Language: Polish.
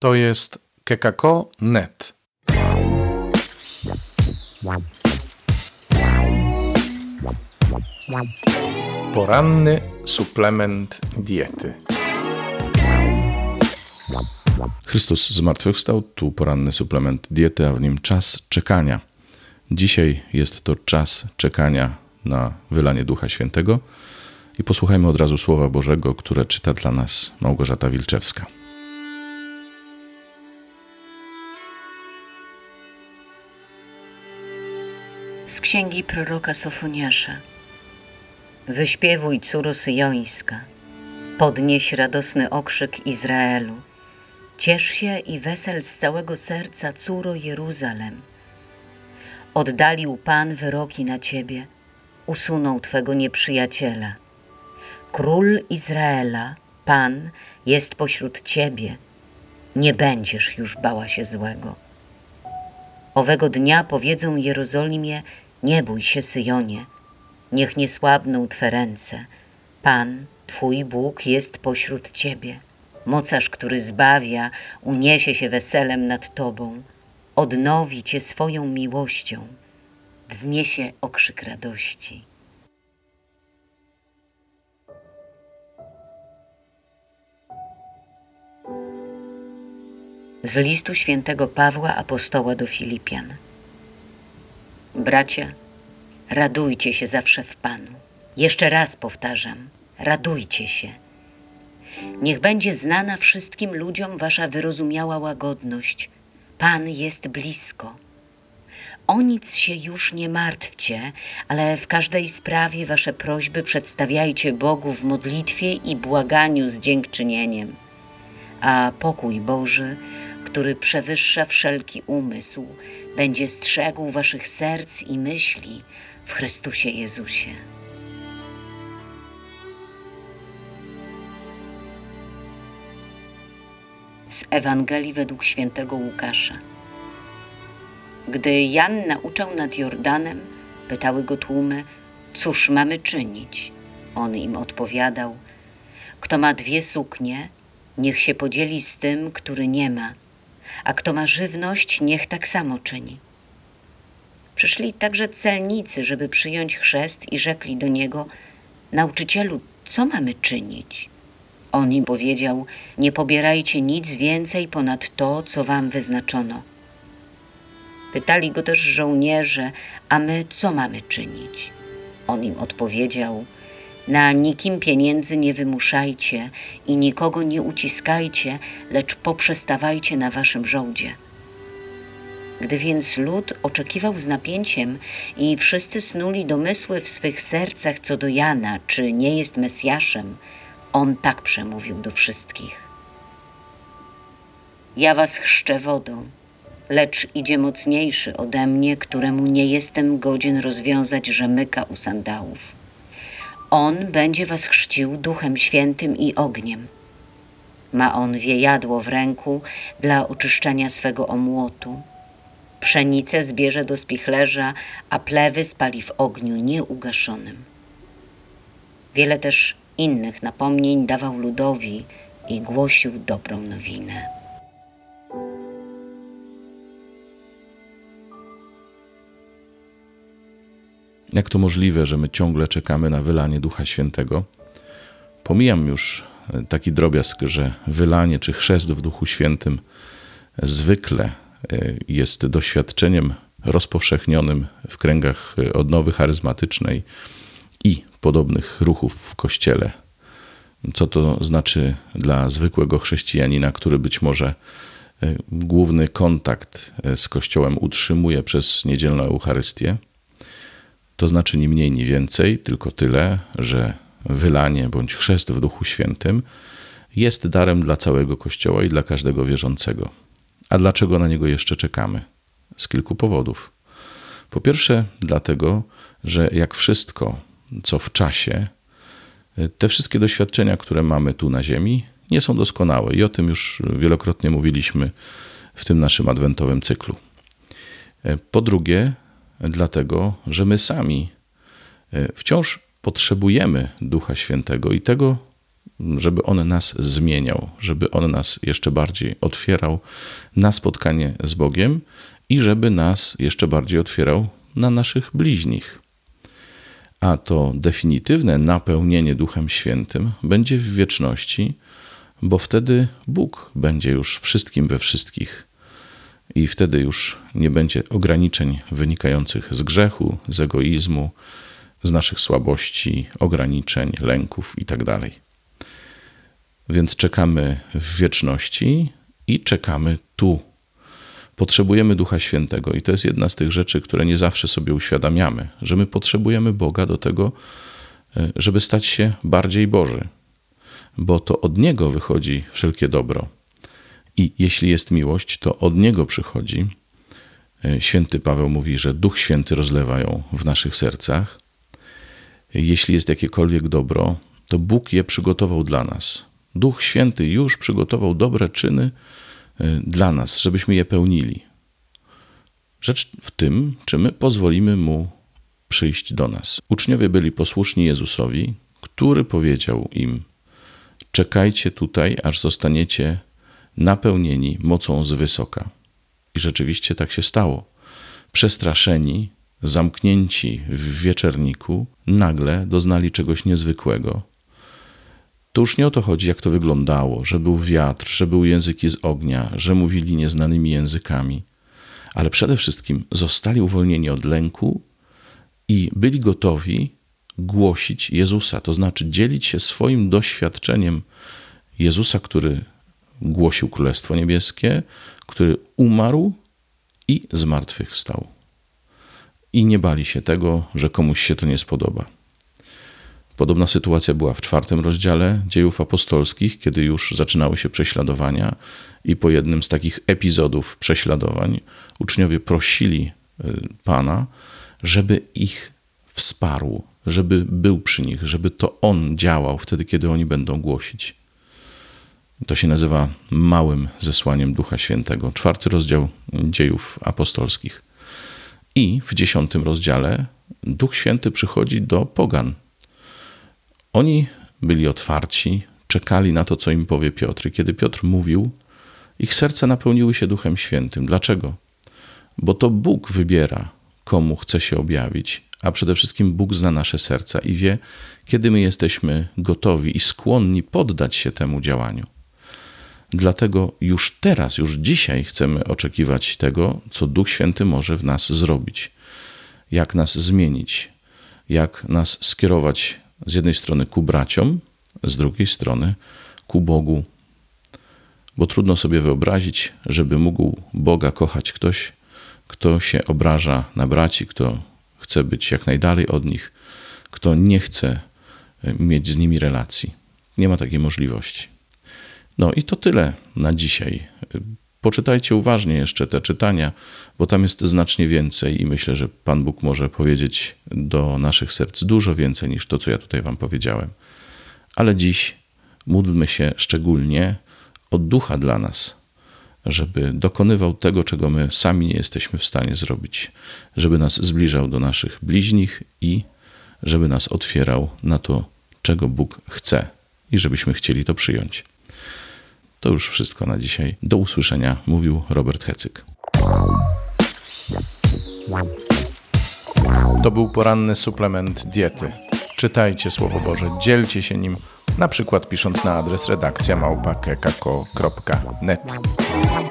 To jest kekako.net. Poranny suplement diety. Chrystus zmartwychwstał, tu poranny suplement diety, a w nim czas czekania. Dzisiaj jest to czas czekania na wylanie Ducha Świętego i posłuchajmy od razu Słowa Bożego, które czyta dla nas Małgorzata Wilczewska. Z księgi proroka Sofoniasza. Wyśpiewuj, córo syjońska, podnieś radosny okrzyk Izraelu. Ciesz się i wesel z całego serca, córo Jeruzalem. Oddalił Pan wyroki na ciebie, usunął twego nieprzyjaciela. Król Izraela, Pan, jest pośród ciebie, nie będziesz już bała się złego. Owego dnia powiedzą Jerozolimie: nie bój się, Syjonie, niech nie słabną twe ręce. Pan, twój Bóg, jest pośród ciebie. Mocarz, który zbawia, uniesie się weselem nad tobą, odnowi cię swoją miłością, wzniesie okrzyk radości. Z listu świętego Pawła apostoła do Filipian. Bracia, radujcie się zawsze w Panu. Jeszcze raz powtarzam, radujcie się. Niech będzie znana wszystkim ludziom wasza wyrozumiała łagodność. Pan jest blisko. O nic się już nie martwcie, ale w każdej sprawie wasze prośby przedstawiajcie Bogu w modlitwie i błaganiu z dziękczynieniem. A pokój Boży, który przewyższa wszelki umysł, będzie strzegł waszych serc i myśli w Chrystusie Jezusie. Z Ewangelii według świętego Łukasza. Gdy Jan nauczał nad Jordanem, pytały go tłumy: cóż mamy czynić? On im odpowiadał: kto ma 2 suknie, niech się podzieli z tym, który nie ma, a kto ma żywność, niech tak samo czyni. Przyszli także celnicy, żeby przyjąć chrzest, i rzekli do niego: nauczycielu, co mamy czynić? On im powiedział: nie pobierajcie nic więcej ponad to, co wam wyznaczono. Pytali go też żołnierze: a my co mamy czynić? On im odpowiedział: na nikim pieniędzy nie wymuszajcie i nikogo nie uciskajcie, lecz poprzestawajcie na waszym żołdzie. Gdy więc lud oczekiwał z napięciem i wszyscy snuli domysły w swych sercach co do Jana, czy nie jest Mesjaszem, on tak przemówił do wszystkich: ja was chrzczę wodą, lecz idzie mocniejszy ode mnie, któremu nie jestem godzien rozwiązać rzemyka u sandałów. On będzie was chrzcił Duchem Świętym i ogniem. Ma on wiejadło w ręku dla oczyszczenia swego omłotu. Pszenicę zbierze do spichlerza, a plewy spali w ogniu nieugaszonym. Wiele też innych napomnień dawał ludowi i głosił dobrą nowinę. Jak to możliwe, że my ciągle czekamy na wylanie Ducha Świętego? Pomijam już taki drobiazg, że wylanie czy chrzest w Duchu Świętym zwykle jest doświadczeniem rozpowszechnionym w kręgach odnowy charyzmatycznej i podobnych ruchów w Kościele. Co to znaczy dla zwykłego chrześcijanina, który być może główny kontakt z Kościołem utrzymuje przez niedzielną Eucharystię? To znaczy ni mniej, ni więcej, tylko tyle, że wylanie bądź chrzest w Duchu Świętym jest darem dla całego Kościoła i dla każdego wierzącego. A dlaczego na niego jeszcze czekamy? Z kilku powodów. Po pierwsze, dlatego, że jak wszystko, co w czasie, te wszystkie doświadczenia, które mamy tu na ziemi, nie są doskonałe i o tym już wielokrotnie mówiliśmy w tym naszym adwentowym cyklu. Po drugie, dlatego, że my sami wciąż potrzebujemy Ducha Świętego i tego żeby on nas zmieniał, żeby on nas jeszcze bardziej otwierał na spotkanie z Bogiem i żeby nas jeszcze bardziej otwierał na naszych bliźnich. A to definitywne napełnienie Duchem Świętym będzie w wieczności, bo wtedy Bóg będzie już wszystkim we wszystkich i wtedy już nie będzie ograniczeń wynikających z grzechu, z egoizmu, z naszych słabości, ograniczeń, lęków itd. Więc czekamy w wieczności i czekamy tu. Potrzebujemy Ducha Świętego i to jest jedna z tych rzeczy, które nie zawsze sobie uświadamiamy, że my potrzebujemy Boga do tego, żeby stać się bardziej Boży, bo to od Niego wychodzi wszelkie dobro. I jeśli jest miłość, to od Niego przychodzi. Święty Paweł mówi, że Duch Święty rozlewa ją w naszych sercach. Jeśli jest jakiekolwiek dobro, to Bóg je przygotował dla nas. Duch Święty już przygotował dobre czyny dla nas, żebyśmy je pełnili. Rzecz w tym, czy my pozwolimy Mu przyjść do nas. Uczniowie byli posłuszni Jezusowi, który powiedział im: czekajcie tutaj, aż zostaniecie napełnieni mocą z wysoka. I rzeczywiście tak się stało. Przestraszeni, zamknięci w wieczerniku, nagle doznali czegoś niezwykłego. To już nie o to chodzi, jak to wyglądało, że był wiatr, że były języki z ognia, że mówili nieznanymi językami, ale przede wszystkim zostali uwolnieni od lęku i byli gotowi głosić Jezusa, to znaczy dzielić się swoim doświadczeniem Jezusa, który głosił Królestwo Niebieskie, który umarł i zmartwychwstał. I nie bali się tego, że komuś się to nie spodoba. Podobna sytuacja była w 4 rozdziale Dziejów Apostolskich, kiedy już zaczynały się prześladowania i po jednym z takich epizodów prześladowań uczniowie prosili Pana, żeby ich wsparł, żeby był przy nich, żeby to On działał wtedy, kiedy oni będą głosić. To się nazywa małym zesłaniem Ducha Świętego. 4 rozdział Dziejów Apostolskich. I w 10 rozdziale Duch Święty przychodzi do pogan. Oni byli otwarci, czekali na to, co im powie Piotr. I kiedy Piotr mówił, ich serca napełniły się Duchem Świętym. Dlaczego? Bo to Bóg wybiera, komu chce się objawić, a przede wszystkim Bóg zna nasze serca i wie, kiedy my jesteśmy gotowi i skłonni poddać się temu działaniu. Dlatego już teraz, już dzisiaj chcemy oczekiwać tego, co Duch Święty może w nas zrobić. Jak nas zmienić, jak nas skierować z jednej strony ku braciom, z drugiej strony ku Bogu. Bo trudno sobie wyobrazić, żeby mógł Boga kochać ktoś, kto się obraża na braci, kto chce być jak najdalej od nich, kto nie chce mieć z nimi relacji. Nie ma takiej możliwości. No i to tyle na dzisiaj. Poczytajcie uważnie jeszcze te czytania, bo tam jest znacznie więcej i myślę, że Pan Bóg może powiedzieć do naszych serc dużo więcej niż to, co ja tutaj wam powiedziałem. Ale dziś módlmy się szczególnie o Ducha dla nas, żeby dokonywał tego, czego my sami nie jesteśmy w stanie zrobić, żeby nas zbliżał do naszych bliźnich i żeby nas otwierał na to, czego Bóg chce i żebyśmy chcieli to przyjąć. To już wszystko na dzisiaj. Do usłyszenia, mówił Robert Hecyk. To był poranny suplement diety. Czytajcie Słowo Boże, dzielcie się nim, na przykład pisząc na adres redakcja@kekako.net.